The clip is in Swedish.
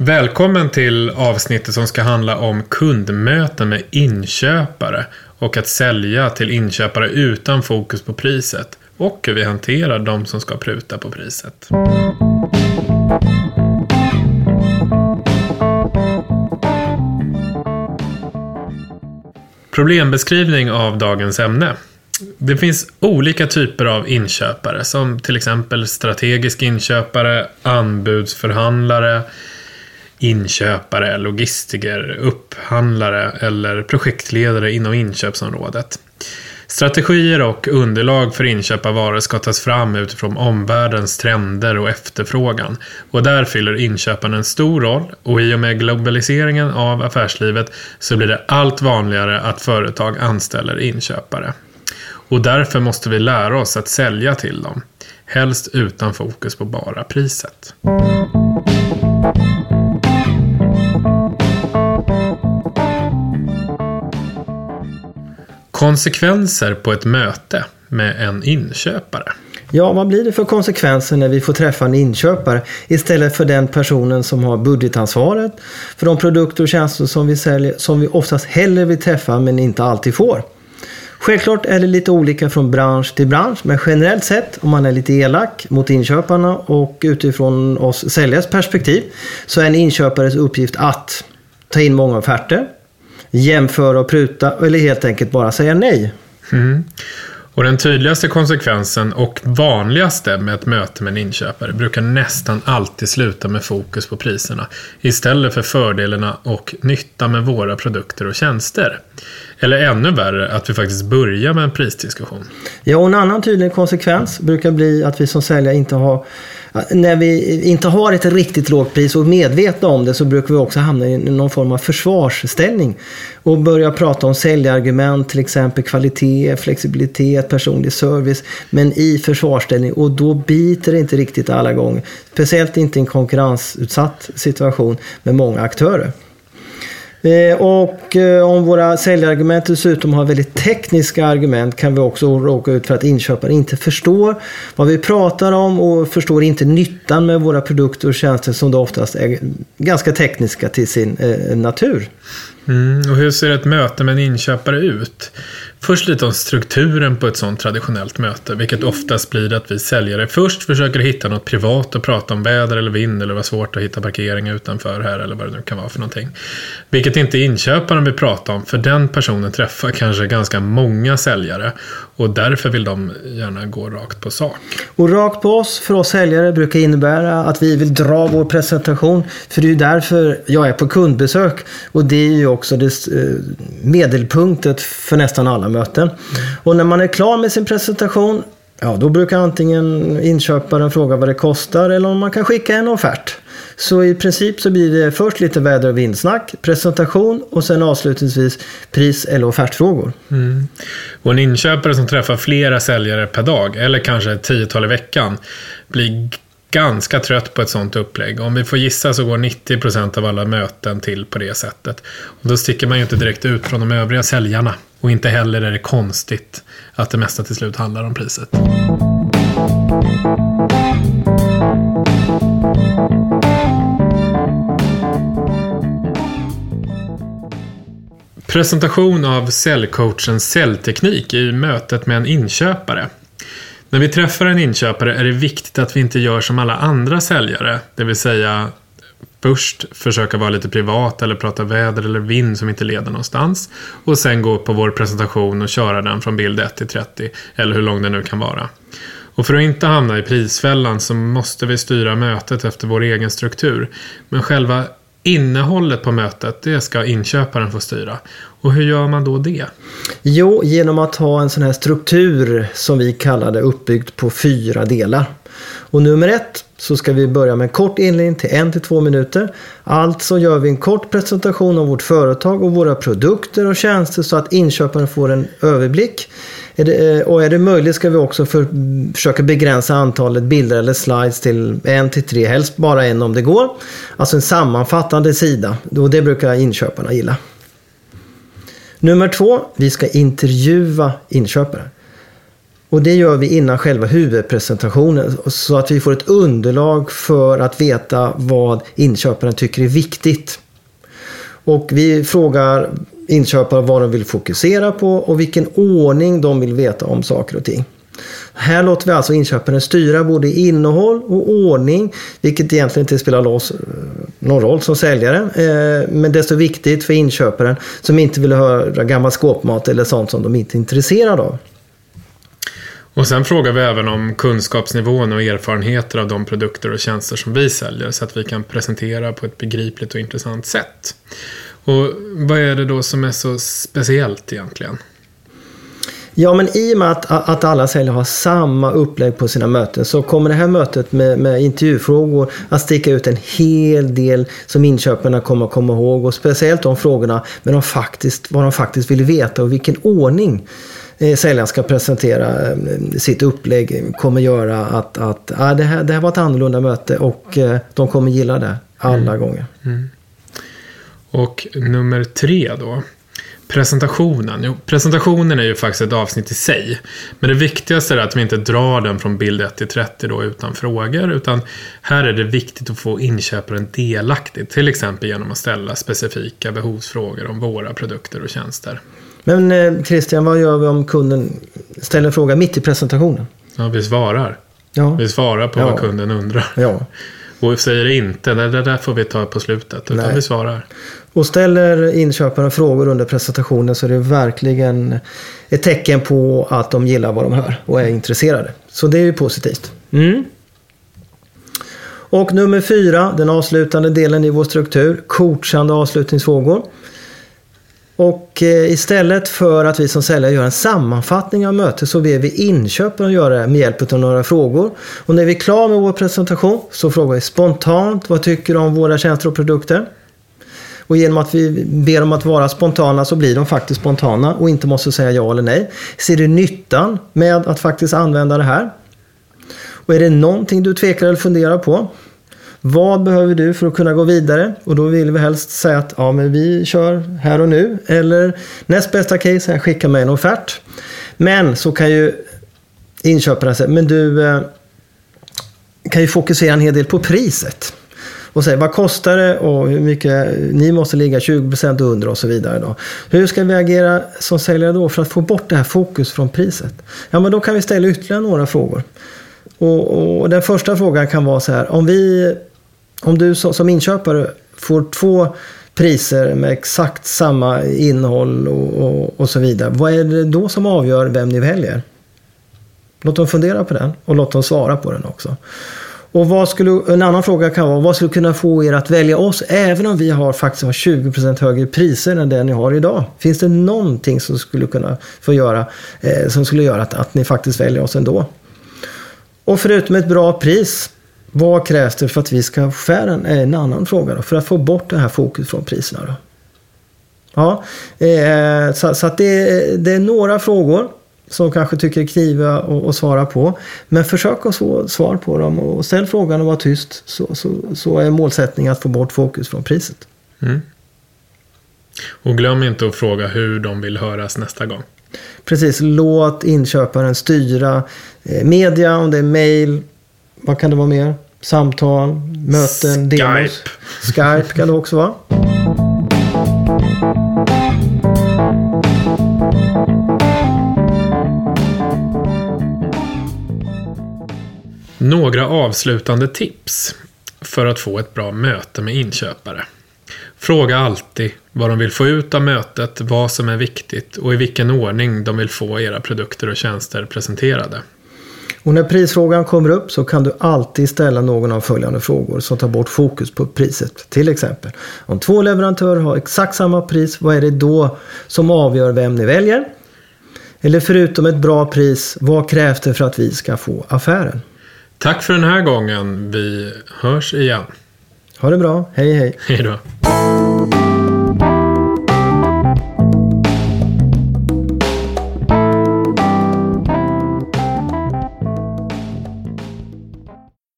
Välkommen till avsnittet som ska handla om kundmöten med inköpare och att sälja till inköpare utan fokus på priset och hur vi hanterar de som ska pruta på priset. Problembeskrivning av dagens ämne. Det finns olika typer av inköpare som till exempel strategisk inköpare, anbudsförhandlare, inköpare, logistiker, upphandlare eller projektledare inom inköpsområdet. Strategier och underlag för inköp av varor ska tas fram utifrån omvärldens trender och efterfrågan. Och där fyller inköparen en stor roll, och i och med globaliseringen av affärslivet så blir det allt vanligare att företag anställer inköpare. Och därför måste vi lära oss att sälja till dem, helst utan fokus på bara priset. Konsekvenser på ett möte med en inköpare. Ja, vad blir det för konsekvenser när vi får träffa en inköpare istället för den personen som har budgetansvaret för de produkter och tjänster som vi säljer, som vi oftast hellre vill träffa men inte alltid får? Självklart är det lite olika från bransch till bransch, men generellt sett, om man är lite elak mot inköparna och utifrån oss säljares perspektiv, så är en inköpares uppgift att ta in många offerter, jämföra och pruta eller helt enkelt bara säga nej. Och den tydligaste konsekvensen och vanligaste med ett möte med en inköpare brukar nästan alltid sluta med fokus på priserna istället för fördelarna och nytta med våra produkter och tjänster. Eller ännu värre, att vi faktiskt börjar med en prisdiskussion. Ja, och en annan tydlig konsekvens brukar bli att vi som säljare när vi inte har ett riktigt lågt pris och är medvetna om det, så brukar vi också hamna i någon form av försvarsställning och börja prata om säljargument, till exempel kvalitet, flexibilitet, personlig service, men i försvarsställning, och då biter det inte riktigt alla gånger. Speciellt inte i en konkurrensutsatt situation med många aktörer. Och om våra säljargument dessutom har väldigt tekniska argument, kan vi också råka ut för att inköpare inte förstår vad vi pratar om och förstår inte nyttan med våra produkter och tjänster, som då oftast är ganska tekniska till sin natur. Och hur ser ett möte med en inköpare ut? Först lite om strukturen på ett sådant traditionellt möte, vilket oftast blir att vi säljare först försöker hitta något privat och prata om väder eller vind, eller vad svårt att hitta parkering utanför här eller vad det nu kan vara för någonting. Vilket inte inköparen vill prata om, för den personen träffar kanske ganska många säljare och därför vill de gärna gå rakt på sak. Och rakt på oss, för oss säljare, brukar innebära att vi vill dra vår presentation, för det är ju därför jag är på kundbesök, och det är ju också det medelpunktet för nästan alla möten. Och när man är klar med sin presentation, ja, då brukar antingen inköparen fråga vad det kostar eller om man kan skicka en offert. Så i princip så blir det först lite väder- och vindsnack, presentation och sen avslutningsvis pris- eller offertfrågor. Och en inköpare som träffar flera säljare per dag, eller kanske 10-tal i veckan, blir ganska trött på ett sånt upplägg. Om vi får gissa så går 90% av alla möten till på det sättet. Och då sticker man ju inte direkt ut från de övriga säljarna. Och inte heller är det konstigt att det mesta till slut handlar om priset. Presentation av säljcoachens säljteknik i mötet med en inköpare. När vi träffar en inköpare är det viktigt att vi inte gör som alla andra säljare, det vill säga först försöka vara lite privat eller prata väder eller vind som inte leder någonstans, och sen gå på vår presentation och köra den från bild 1 till 30 eller hur lång det nu kan vara. Och för att inte hamna i prisfällan så måste vi styra mötet efter vår egen struktur, men själva innehållet på mötet, det ska inköparen få styra. Och hur gör man då det? Jo, genom att ha en sån här struktur som vi kallar det, uppbyggt på 4 delar. Och nummer 1 så ska vi börja med en kort inledning till 1-2 minuter. Alltså gör vi en kort presentation av vårt företag och våra produkter och tjänster så att inköparen får en överblick. Och är det möjligt ska vi också försöka begränsa antalet bilder eller slides till 1-3, helst bara en om det går. Alltså en sammanfattande sida, och det brukar inköparna gilla. Nummer 2, vi ska intervjua inköparen. Och det gör vi innan själva huvudpresentationen så att vi får ett underlag för att veta vad inköparen tycker är viktigt. Och vi frågar inköpare vad de vill fokusera på och vilken ordning de vill veta om saker och ting. Här låter vi alltså inköparen styra både innehåll och ordning, vilket egentligen inte spelar oss någon roll som säljare, men desto viktigt för inköparen som inte vill höra gammal skåpmat eller sånt som de inte är intresserade av. Och sen frågar vi även om kunskapsnivån och erfarenheter av de produkter och tjänster som vi säljer så att vi kan presentera på ett begripligt och intressant sätt. Och vad är det då som är så speciellt egentligen? Ja, men i och med att alla säljare har samma upplägg på sina möten så kommer det här mötet med intervjufrågor att sticka ut en hel del som inköparna kommer att komma ihåg, och speciellt de frågorna men vad de faktiskt vill veta och vilken ordning säljaren ska presentera sitt upplägg kommer göra att det här var ett annorlunda möte och de kommer gilla det alla gånger. Mm. Och nummer 3 då. Presentationen. Jo, presentationen är ju faktiskt ett avsnitt i sig. Men det viktigaste är att vi inte drar den från bild 1 till 30 då utan frågor. Utan här är det viktigt att få inköparen delaktig. Till exempel genom att ställa specifika behovsfrågor om våra produkter och tjänster. Men Christian, vad gör vi om kunden ställer en fråga mitt i presentationen? Ja, vi svarar. Ja. Vi svarar på vad kunden undrar. Ja. Och vi säger inte, det där får vi ta på slutet, utan vi svarar. Och ställer inköparen frågor under presentationen så är det verkligen ett tecken på att de gillar vad de hör och är intresserade. Så det är ju positivt. Mm. Och nummer 4, den avslutande delen i vår struktur, coachande avslutningsfrågor. Och istället för att vi som säljare gör en sammanfattning av mötet så ber vi inköparen göra det med hjälp av några frågor. Och när vi är klara med vår presentation så frågar vi spontant vad tycker du om våra tjänster och produkter. Och genom att vi ber dem att vara spontana så blir de faktiskt spontana och inte måste säga ja eller nej. Ser du nyttan med att faktiskt använda det här? Och är det någonting du tvekar eller funderar på? Vad behöver du för att kunna gå vidare? Och då vill vi helst säga att men vi kör här och nu. Eller näst bästa case är skicka mig en offert. Men så kan ju inköparen säga, men du kan ju fokusera en hel del på priset. Och säga, vad kostar det och hur mycket ni måste ligga 20% under och så vidare då. Hur ska vi agera som säljare då för att få bort det här fokus från priset? Ja, men då kan vi ställa ytterligare några frågor. Och den första frågan kan vara så här, om du som inköpare får 2 priser med exakt samma innehåll och så vidare, vad är det då som avgör vem ni väljer? Låt dem fundera på den och låt dem svara på den också. Och en annan fråga kan vara, vad skulle kunna få er att välja oss även om vi faktiskt har 20% högre priser än det ni har idag? Finns det någonting som skulle kunna få göra som skulle göra att ni faktiskt väljer oss ändå? Och förutom ett bra pris, vad krävs det för att vi ska skära en annan fråga då, för att få bort det här fokus från priserna då? Ja, så att det är några frågor som kanske tycker är kniviga och svara på. Men försök att få svar på dem och ställ frågan och var tyst. Så är målsättningen att få bort fokus från priset. Mm. Och glöm inte att fråga hur de vill höras nästa gång. Precis, låt inköparen styra media, om det är mail, vad kan det vara mer? Samtal, möten, demos. Skype kan det också vara. Några avslutande tips för att få ett bra möte med inköpare. Fråga alltid vad de vill få ut av mötet, vad som är viktigt och i vilken ordning de vill få era produkter och tjänster presenterade. Och när prisfrågan kommer upp så kan du alltid ställa någon av följande frågor som tar bort fokus på priset. Till exempel, om 2 leverantörer har exakt samma pris, vad är det då som avgör vem ni väljer? Eller förutom ett bra pris, vad krävs det för att vi ska få affären? Tack för den här gången. Vi hörs igen. Ha det bra. Hej hej. Hej då.